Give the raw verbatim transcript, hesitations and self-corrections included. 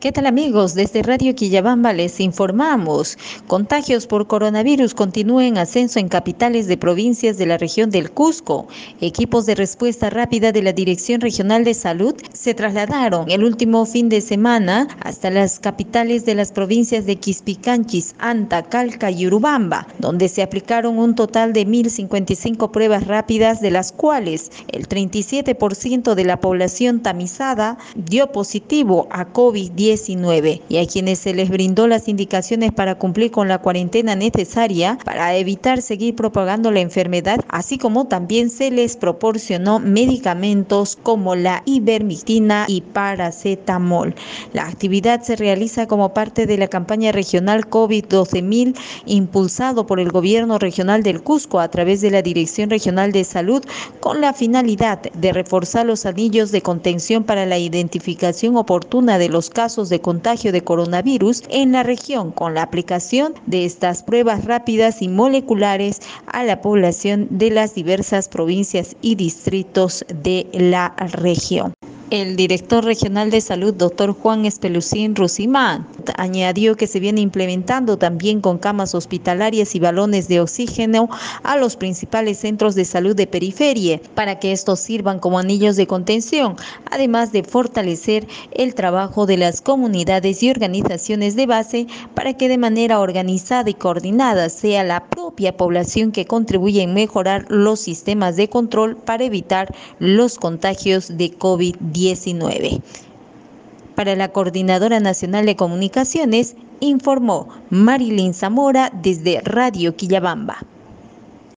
¿Qué tal amigos? Desde Radio Quillabamba les informamos. Contagios por coronavirus continúan en ascenso en capitales de provincias de la región del Cusco. Equipos de respuesta rápida de la Dirección Regional de Salud se trasladaron el último fin de semana hasta las capitales de las provincias de Quispicanchis, Anta, Calca y Urubamba, donde se aplicaron un total de mil cincuenta y cinco pruebas rápidas, de las cuales el treinta y siete por ciento de la población tamizada dio positivo a COVID diecinueve. Y a quienes se les brindó las indicaciones para cumplir con la cuarentena necesaria para evitar seguir propagando la enfermedad, así como también se les proporcionó medicamentos como la ivermectina y paracetamol. La actividad se realiza como parte de la campaña regional COVID doce mil, impulsado por el Gobierno Regional del Cusco a través de la Dirección Regional de Salud, con la finalidad de reforzar los anillos de contención para la identificación oportuna de los casos de contagio de coronavirus en la región, con la aplicación de estas pruebas rápidas y moleculares a la población de las diversas provincias y distritos de la región. El director regional de salud, doctor Juan Espelucín Rusimán, añadió que se viene implementando también con camas hospitalarias y balones de oxígeno a los principales centros de salud de periferia para que estos sirvan como anillos de contención, además de fortalecer el trabajo de las comunidades y organizaciones de base para que de manera organizada y coordinada sea la propia población que contribuya en mejorar los sistemas de control para evitar los contagios de COVID diecinueve. Para la Coordinadora Nacional de Comunicaciones, informó Marilyn Zamora desde Radio Quillabamba.